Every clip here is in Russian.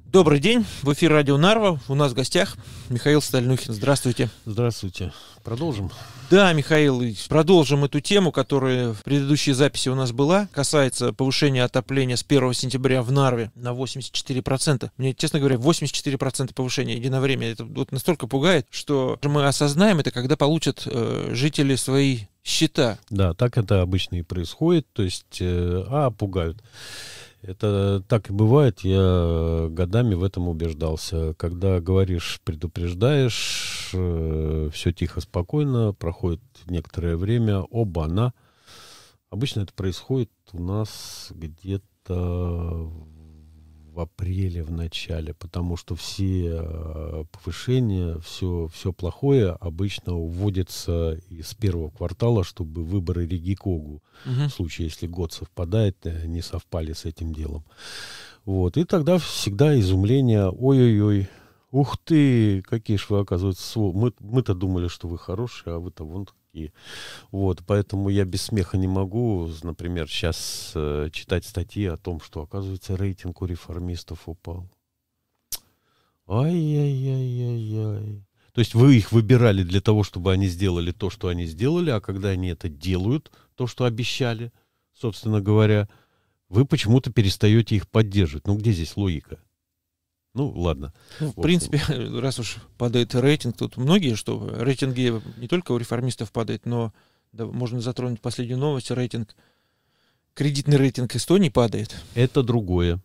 Добрый день, в эфире радио Нарва. У нас в гостях Михаил Стальнухин. Здравствуйте. Здравствуйте. Продолжим? Да, Михаил, продолжим эту тему, которая в предыдущей записи у нас была. Касается повышения отопления с 1 сентября в Нарве на 84%. Мне, честно говоря, 84% повышения единовременно. Это вот настолько пугает, что мы осознаем это, когда получат жители свои счета. Да, так это обычно и происходит. То есть, пугают. Это так и бывает, я годами в этом убеждался. Когда говоришь, предупреждаешь, все тихо, спокойно, проходит некоторое время, оба-на. Обычно это происходит у нас где-то в апреле, в начале, потому что все повышения, все плохое обычно уводится из первого квартала, чтобы выборы Регикогу, в случае, если год совпадает, не совпали с этим делом. Вот. И тогда всегда изумление: ой-ой-ой, ух ты, какие ж вы, оказывается, мы-то думали, что вы хорошие, а вы-то вон такие. Вот, поэтому я без смеха не могу, например, сейчас читать статьи о том, что, оказывается, рейтинг у реформистов упал. Ай-яй-яй-яй-яй. То есть вы их выбирали для того, чтобы они сделали то, что они сделали, а когда они это делают, то, что обещали, собственно говоря, вы почему-то перестаете их поддерживать. Ну, где здесь логика? Ну, ладно. В принципе, раз уж падает рейтинг, тут многие, что рейтинги не только у реформистов падают, но да, можно затронуть последнюю новость, кредитный рейтинг Эстонии падает. Это другое.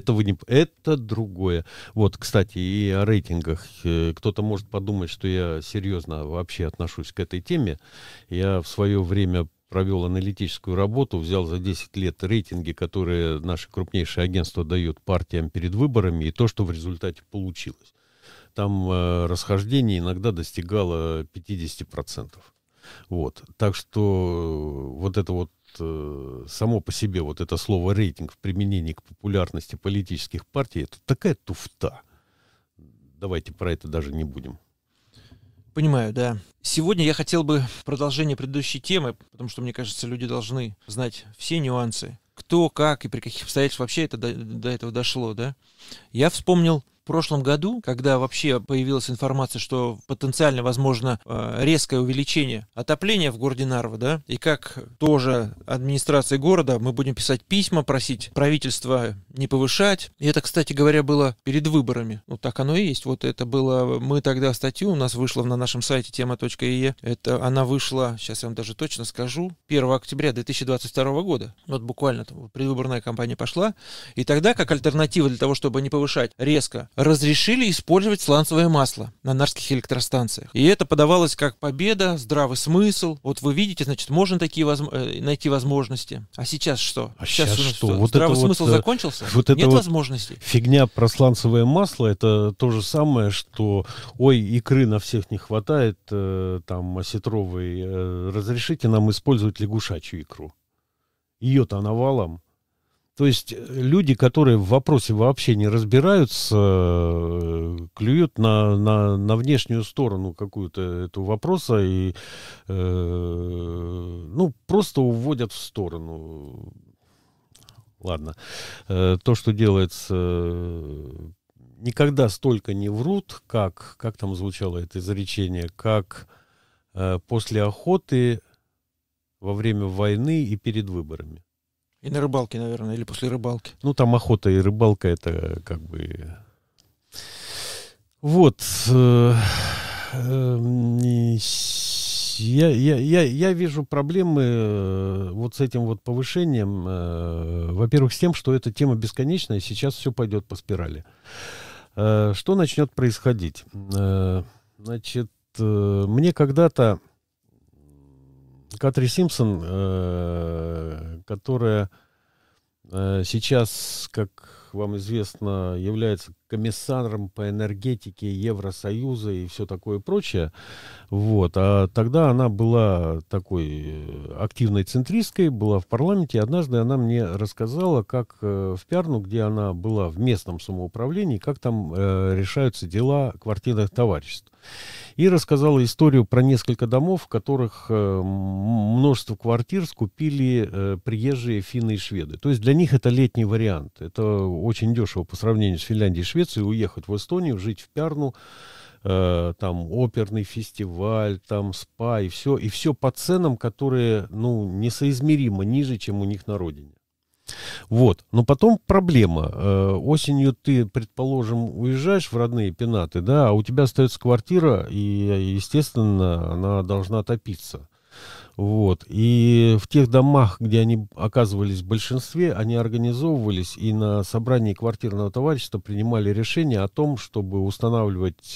Это другое. Вот, кстати, и о рейтингах. Кто-то может подумать, что я серьезно вообще отношусь к этой теме. Я в свое время провел аналитическую работу, взял за 10 лет рейтинги, которые наше крупнейшее агентство дает партиям перед выборами, и то, что в результате получилось. Там расхождение иногда достигало 50%. Вот. Так что вот это вот само по себе вот это слово рейтинг в применении к популярности политических партий — это такая туфта. Давайте про это даже не будем. Понимаю, да. Сегодня я хотел бы продолжение предыдущей темы, потому что, мне кажется, люди должны знать все нюансы. Кто, как и при каких обстоятельствах вообще это до этого дошло, да? Я вспомнил в прошлом году, когда вообще появилась информация, что потенциально возможно резкое увеличение отопления в городе Нарва, да, и как тоже администрация города мы будем писать письма, просить правительство не повышать. И это, кстати говоря, было перед выборами. Ну, так оно и есть. Вот это было, мы тогда статью, у нас вышла на нашем сайте тема.ee, это она вышла, сейчас я вам даже точно скажу, 1 октября 2022 года. Вот буквально там предвыборная кампания пошла, и тогда, как альтернатива для того, чтобы не повышать резко, разрешили использовать сланцевое масло на нарвских электростанциях. И это подавалось как победа, здравый смысл. Вот вы видите, значит, можно такие найти возможности. А сейчас что? Сейчас что? Вот здравый смысл закончился? Вот Нет вот возможностей. Фигня про сланцевое масло — это то же самое, что ой, икры на всех не хватает, там, осетровой, разрешите нам использовать лягушачью икру. Ее-то навалом. То есть люди, которые в вопросе вообще не разбираются, клюют на внешнюю сторону какую-то этого вопроса и просто уводят в сторону. Ладно. То, что делается, никогда столько не врут, как там звучало это изречение, как после охоты, во время войны и перед выборами. И на рыбалке, наверное, или после рыбалки. Ну, там охота и рыбалка — это как бы... Вот. Я вижу проблемы вот с этим вот повышением. Во-первых, с тем, что эта тема бесконечная, и сейчас все пойдет по спирали. Что начнет происходить? Значит, мне когда-то Катри Симпсон, которая сейчас, как вам известно, является комиссаром по энергетике Евросоюза и все такое прочее. Вот. А тогда она была такой активной центристкой, была в парламенте. И однажды она мне рассказала, как в Пярну, где она была в местном самоуправлении, как там решаются дела квартирных товариществ. и рассказала историю про несколько домов, в которых множество квартир скупили приезжие финны и шведы. То есть для них это летний вариант. Это очень дешево по сравнению с Финляндией и Швецией уехать в Эстонию, жить в Пярну, там оперный фестиваль, там спа и все по ценам, которые, ну, несоизмеримо ниже, чем у них на родине. Вот, но потом проблема. Осенью ты, предположим, уезжаешь в родные пенаты, да, а у тебя остается квартира, и, естественно, она должна топиться. Вот. И в тех домах, где они оказывались в большинстве, они организовывались и на собрании квартирного товарищества принимали решение о том, чтобы устанавливать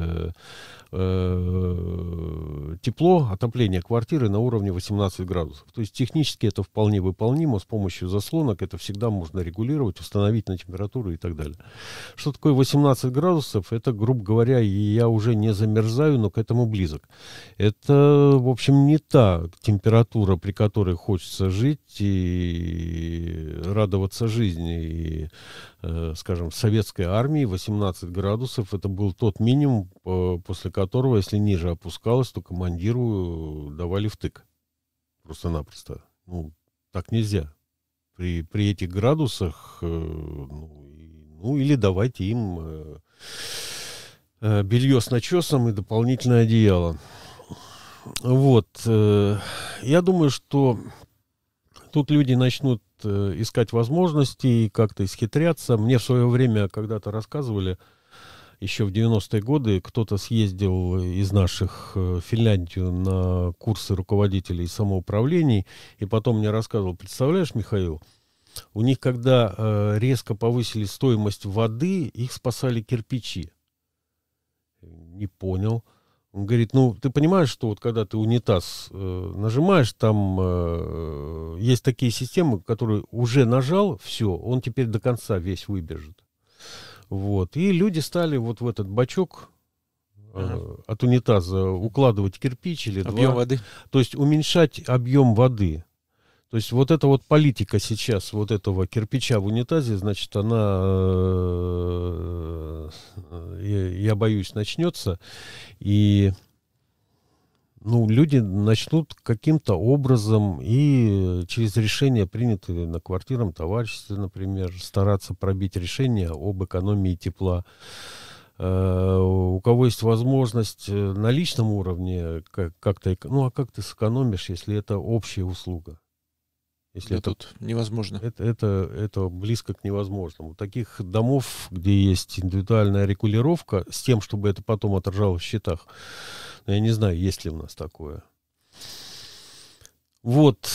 тепло, отопление квартиры на уровне 18 градусов. То есть технически это вполне выполнимо, с помощью заслонок это всегда можно регулировать, установить на температуру и так далее. Что такое 18 градусов? Это, грубо говоря, я уже не замерзаю, но к этому близок. Это, в общем, не та температура, при которой хочется жить и радоваться жизни. И, скажем, в советской армии 18 градусов это был тот минимум, после которого, если ниже опускалось, то командиру давали втык. Просто-напросто. Ну, так нельзя. При этих градусах, ну, или давайте им белье с начесом и дополнительное одеяло. Вот. Я думаю, что тут люди начнут искать возможности и как-то исхитряться. Мне в свое время когда-то рассказывали, еще в 90-е годы кто-то съездил из наших в Финляндию на курсы руководителей самоуправлений, и потом мне рассказывал, представляешь, Михаил, у них, когда резко повысили стоимость воды, их спасали кирпичи. Не понял. Он говорит, ну, ты понимаешь, что вот когда ты унитаз нажимаешь, там есть такие системы, которые уже нажал, все, он теперь до конца весь выбежит. Вот. И люди стали вот в этот бачок от унитаза укладывать кирпич или объем два. воды. То есть уменьшать объем воды. То есть вот эта вот политика сейчас вот этого кирпича в унитазе, значит, она, я боюсь, начнется. И ну, люди начнут каким-то образом и через решения, принятые на квартирном товариществе, например, стараться пробить решение об экономии тепла. У кого есть возможность на личном уровне как-то, ну а как ты сэкономишь, если это общая услуга? Если Да это тут невозможно. Это близко к невозможному. Таких домов, где есть индивидуальная регулировка, с тем, чтобы это потом отражалось в счетах, я не знаю, есть ли у нас такое. Вот,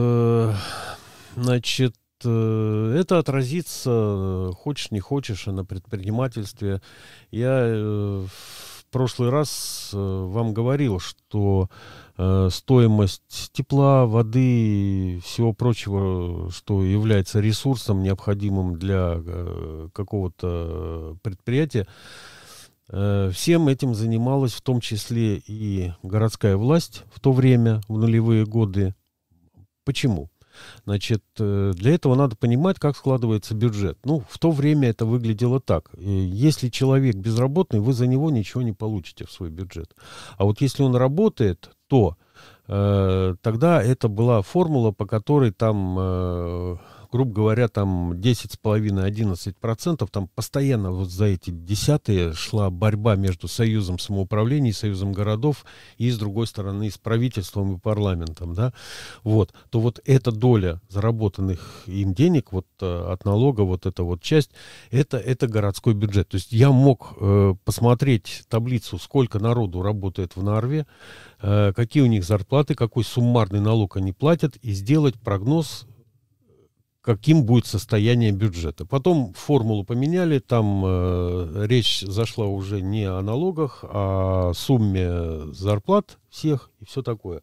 значит, это отразится, хочешь не хочешь, на предпринимательстве. Я в прошлый раз вам говорил, что стоимость тепла, воды и всего прочего, что является ресурсом, необходимым для какого-то предприятия, всем этим занималась в том числе и городская власть в то время, в нулевые годы. Почему? Значит, для этого надо понимать, как складывается бюджет. Ну, в то время это выглядело так. Если человек безработный, вы за него ничего не получите в свой бюджет. А вот если он работает, то тогда это была формула, по которой там, грубо говоря, там 10,5-11%, там постоянно вот за эти десятые шла борьба между Союзом самоуправлений, Союзом городов и, с другой стороны, с правительством и парламентом, да, вот, то вот эта доля заработанных им денег, вот от налога, вот эта вот часть, это городской бюджет. То есть я мог посмотреть таблицу, сколько народу работает в Нарве, какие у них зарплаты, какой суммарный налог они платят, и сделать прогноз, каким будет состояние бюджета. Потом формулу поменяли, там речь зашла уже не о налогах, а о сумме зарплат всех и все такое.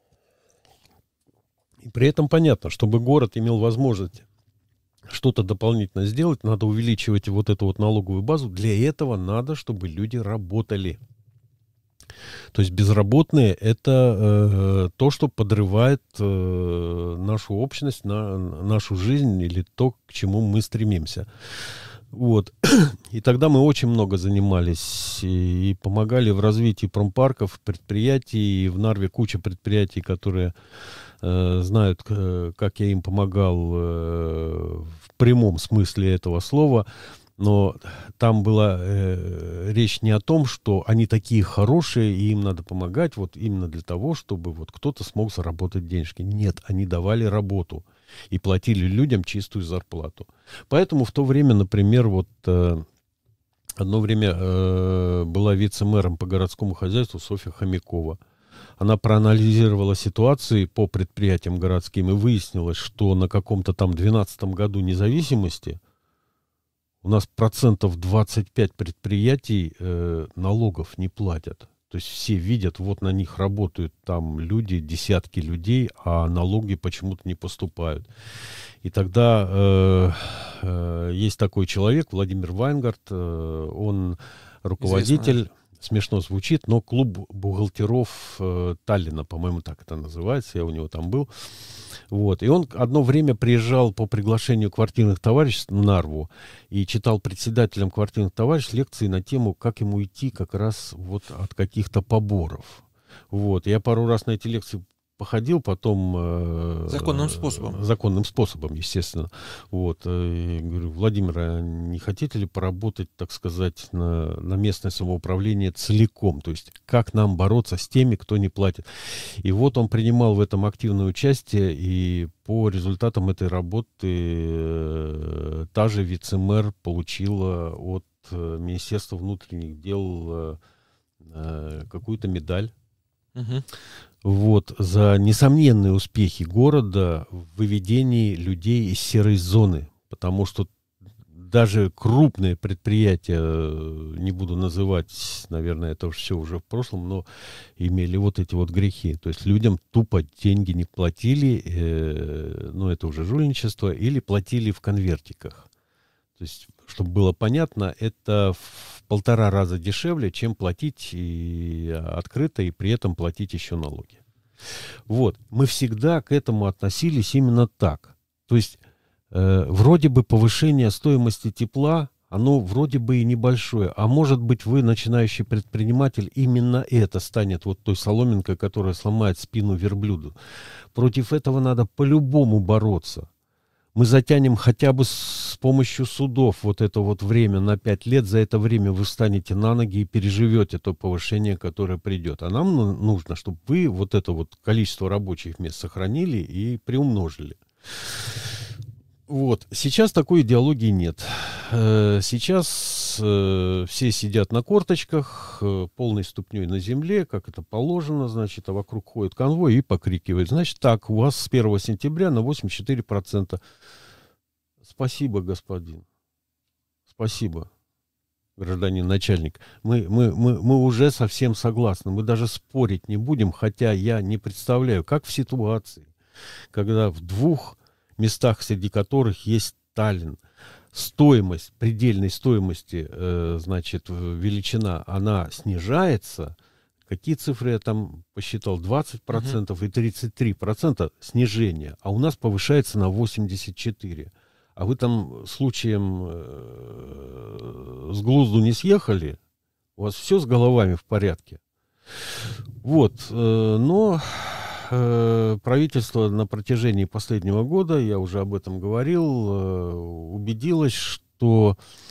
И при этом понятно, чтобы город имел возможность что-то дополнительно сделать, надо увеличивать вот эту вот налоговую базу. Для этого надо, чтобы люди работали. То есть безработные — это то, что подрывает нашу общность, нашу жизнь или то, к чему мы стремимся. Вот. И тогда мы очень много занимались и помогали в развитии промпарков, предприятий. И в Нарве куча предприятий, которые знают, как я им помогал в прямом смысле этого слова. Но там была речь не о том, что они такие хорошие, и им надо помогать вот именно для того, чтобы вот кто-то смог заработать денежки. Нет, они давали работу и платили людям чистую зарплату. Поэтому в то время, например, вот одно время была вице-мэром по городскому хозяйству Софья Хомякова. Она проанализировала ситуации по предприятиям городским и выяснилось, что на каком-то там 12-м году независимости у нас 25% предприятий налогов не платят. То есть все видят, вот на них работают там люди, десятки людей, а налоги почему-то не поступают. И тогда есть такой человек, Владимир Вайнгард, он руководитель, Известно. смешно звучит, но клуб бухгалтеров Таллина, по-моему, так это называется, я у него там был. Вот. И он одно время приезжал по приглашению квартирных товариществ в Нарву и читал председателям квартирных товариществ лекции на тему, как ему идти как раз вот от каких-то поборов. Вот. Я пару раз на эти лекции походил, потом... Законным способом. Законным способом, естественно. Вот. И говорю, Владимир, а не хотите ли поработать, так сказать, на местное самоуправление целиком? То есть, как нам бороться с теми, кто не платит? И вот он принимал в этом активное участие, и по результатам этой работы та же вице-мэр получила от Министерства внутренних дел какую-то медаль. Угу. Вот, за несомненные успехи города в выведении людей из серой зоны, потому что даже крупные предприятия, не буду называть, наверное, это все уже в прошлом, но имели вот эти вот грехи. То есть людям тупо деньги не платили, ну это уже жульничество, или платили в конвертиках. То есть, чтобы было понятно, это в 1,5 раза дешевле, чем платить и открыто и при этом платить еще налоги. Вот. Мы всегда к этому относились именно так. То есть, вроде бы повышение стоимости тепла, оно вроде бы и небольшое. А может быть, вы, начинающий предприниматель, именно это станет вот той соломинкой, которая сломает спину верблюду. Против этого надо по-любому бороться. Мы затянем хотя бы с помощью судов вот это вот время на 5 лет. За это время вы встанете на ноги и переживете то повышение, которое придет. А нам нужно, чтобы вы вот это вот количество рабочих мест сохранили и приумножили. Вот. Сейчас такой идеологии нет. Сейчас все сидят на корточках, полной ступней на земле, как это положено, значит, а вокруг ходит конвой и покрикивает. Значит, так, у вас с 1 сентября на 84%. Спасибо, господин. Спасибо, гражданин начальник. Мы уже совсем согласны. Мы даже спорить не будем, хотя я не представляю, как в ситуации, когда в 2 местах, среди которых есть Таллин, стоимость, предельной стоимости, значит, величина, она снижается. Какие цифры я там посчитал? 20% и 33% снижения. А у нас повышается на 84%. А вы там случаем с глузду не съехали? У вас все с головами в порядке? Вот. Но правительство на протяжении последнего года, я уже об этом говорил, убедилось, что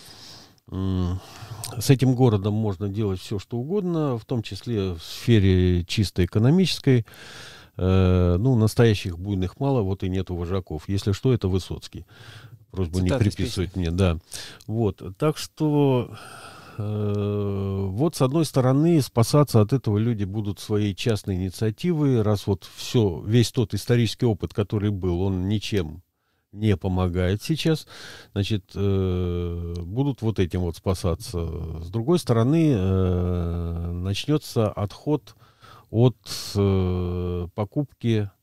с этим городом можно делать все, что угодно, в том числе в сфере чисто экономической. Ну, настоящих буйных мало, вот и нету вожаков. Если что, это Высоцкий. Просьбу не приписывать мне, да. Вот. Так что вот с одной стороны спасаться от этого люди будут своей частной инициативой, раз вот весь тот исторический опыт, который был, он ничем не помогает сейчас, значит, будут вот этим вот спасаться. С другой стороны, начнется отход от покупки,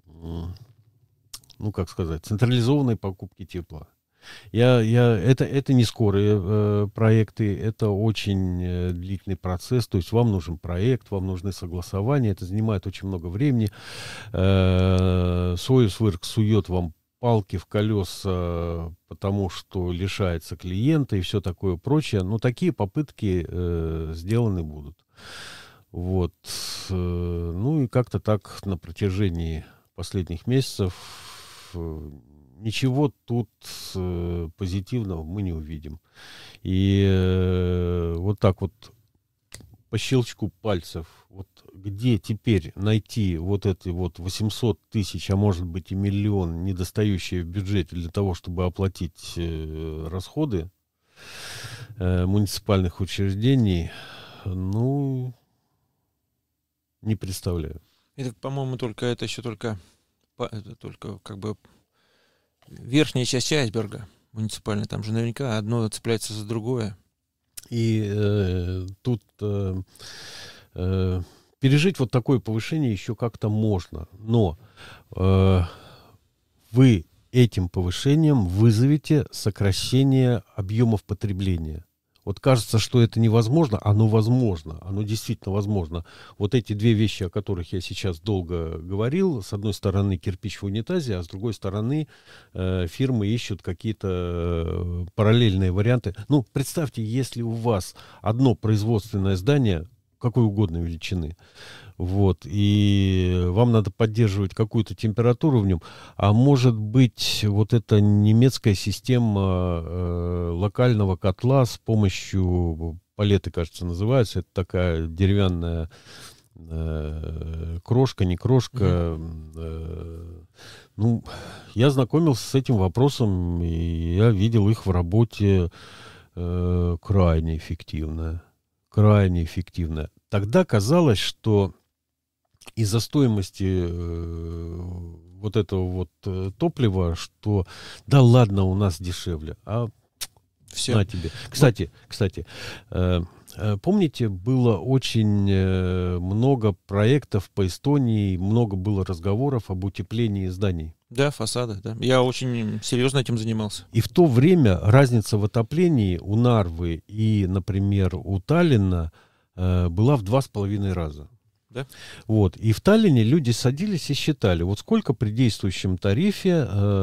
ну, как сказать, централизованной покупки тепла. Это не скорые проекты, это очень длительный процесс, то есть вам нужен проект, вам нужны согласования, это занимает очень много времени. Союзверк сует вам палки в колеса, потому что лишается клиента и все такое прочее. Но такие попытки сделаны будут. Вот. Ну и как-то так на протяжении последних месяцев ничего тут позитивного мы не увидим. И вот так вот по щелчку пальцев, вот где теперь найти вот эти вот 800 тысяч, а может быть и миллион, недостающие в бюджете для того, чтобы оплатить расходы муниципальных учреждений, ну, не представляю. Это, по-моему, это еще только как бы верхняя часть айсберга муниципальная. Там же наверняка одно цепляется за другое. И тут пережить вот такое повышение еще как-то можно. Но вы этим повышением вызовете сокращение объемов потребления. Вот кажется, что это невозможно, оно возможно, оно действительно возможно. Вот эти две вещи, о которых я сейчас долго говорил, с одной стороны кирпич в унитазе, а с другой стороны фирмы ищут какие-то параллельные варианты. Ну, представьте, если у вас одно производственное здание, какой угодно величины, вот, и вам надо поддерживать какую-то температуру в нем, а может быть, вот эта немецкая система локального котла с помощью, палеты, кажется, называется, это такая деревянная крошка, не крошка. Ну, я знакомился с этим вопросом, и я видел их в работе крайне эффективно. Крайне эффективно. Тогда казалось, что из-за стоимости вот этого вот топлива, что да ладно, у нас дешевле, а все. На тебе. Кстати, помните, было очень много проектов по Эстонии, много было разговоров об утеплении зданий. Да, фасады, да. Я очень серьезно этим занимался. И в то время разница в отоплении у Нарвы и, например, у Таллина была в 2,5 раза. Да? Вот. И в Таллине люди садились и считали, вот сколько при действующем тарифе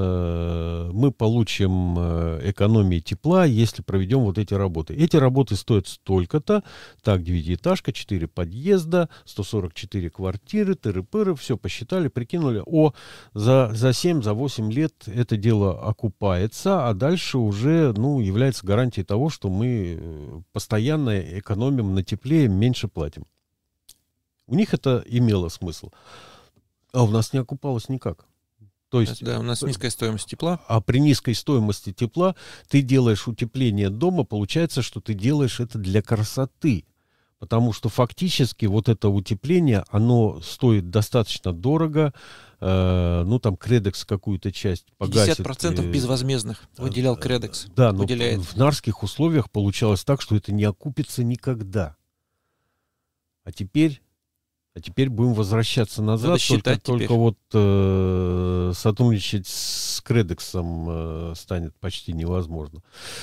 мы получим экономии тепла, если проведем вот эти работы. Эти работы стоят столько-то, так, 9-этажка, 4 подъезда, 144 квартиры, тыры-пыры, все посчитали, прикинули, за 7-8 лет это дело окупается, а дальше уже, является гарантией того, что мы постоянно экономим на тепле, меньше платим. У них это имело смысл. А у нас не окупалось никак. То есть, да, у нас низкая стоимость тепла. А при низкой стоимости тепла ты делаешь утепление дома, получается, что ты делаешь это для красоты. Потому что фактически вот это утепление, оно стоит достаточно дорого. Там Кредекс какую-то часть погасит. 50% безвозмездных выделял Кредекс. Да, но в нарских условиях получалось так, что это не окупится никогда. А теперь будем возвращаться назад, только вот сотрудничать с Кредексом станет почти невозможно.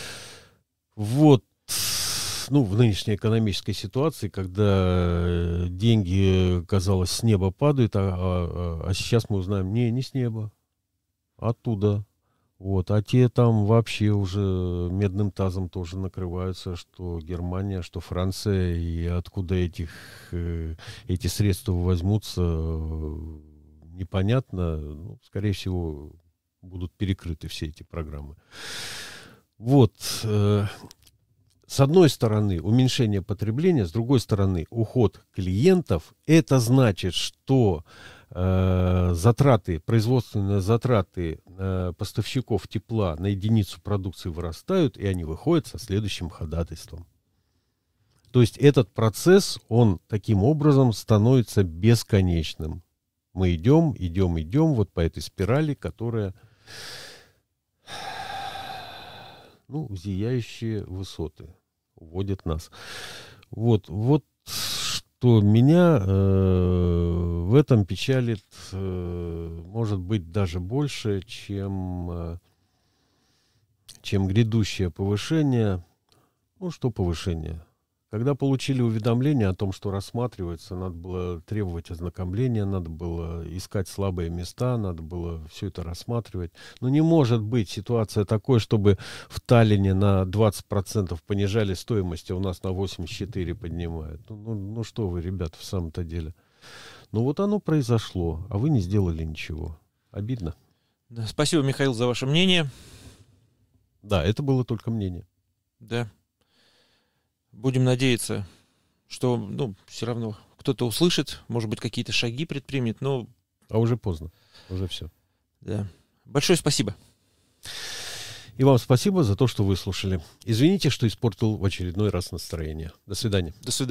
Вот, в нынешней экономической ситуации, когда деньги, казалось, с неба падают, а сейчас мы узнаем, не с неба, оттуда. Вот, а те там вообще уже медным тазом тоже накрываются, что Германия, что Франция, и откуда эти средства возьмутся, непонятно. Скорее всего, будут перекрыты все эти программы. Вот, с одной стороны, уменьшение потребления, с другой стороны, уход клиентов. Это значит, что производственные затраты поставщиков тепла на единицу продукции вырастают, и они выходят со следующим ходатайством. То есть этот процесс, он таким образом становится бесконечным. Мы идем вот по этой спирали, которая в зияющие высоты уводит нас. Вот что меня в этом печалит, может быть, даже больше, чем грядущее повышение. Что повышение? Когда получили уведомление о том, что рассматривается, надо было требовать ознакомления, надо было искать слабые места, надо было все это рассматривать. Но не может быть ситуация такой, чтобы в Таллине на 20% понижали стоимость, а у нас на 84% поднимают. Ну что вы, ребята, в самом-то деле. Ну вот оно произошло, а вы не сделали ничего. Обидно. Да, спасибо, Михаил, за ваше мнение. Да, это было только мнение. Да. Будем надеяться, что, все равно кто-то услышит, может быть, какие-то шаги предпримет, но... А уже поздно, уже все. Да. Большое спасибо. И вам спасибо за то, что выслушали. Извините, что испортил в очередной раз настроение. До свидания. До свидания.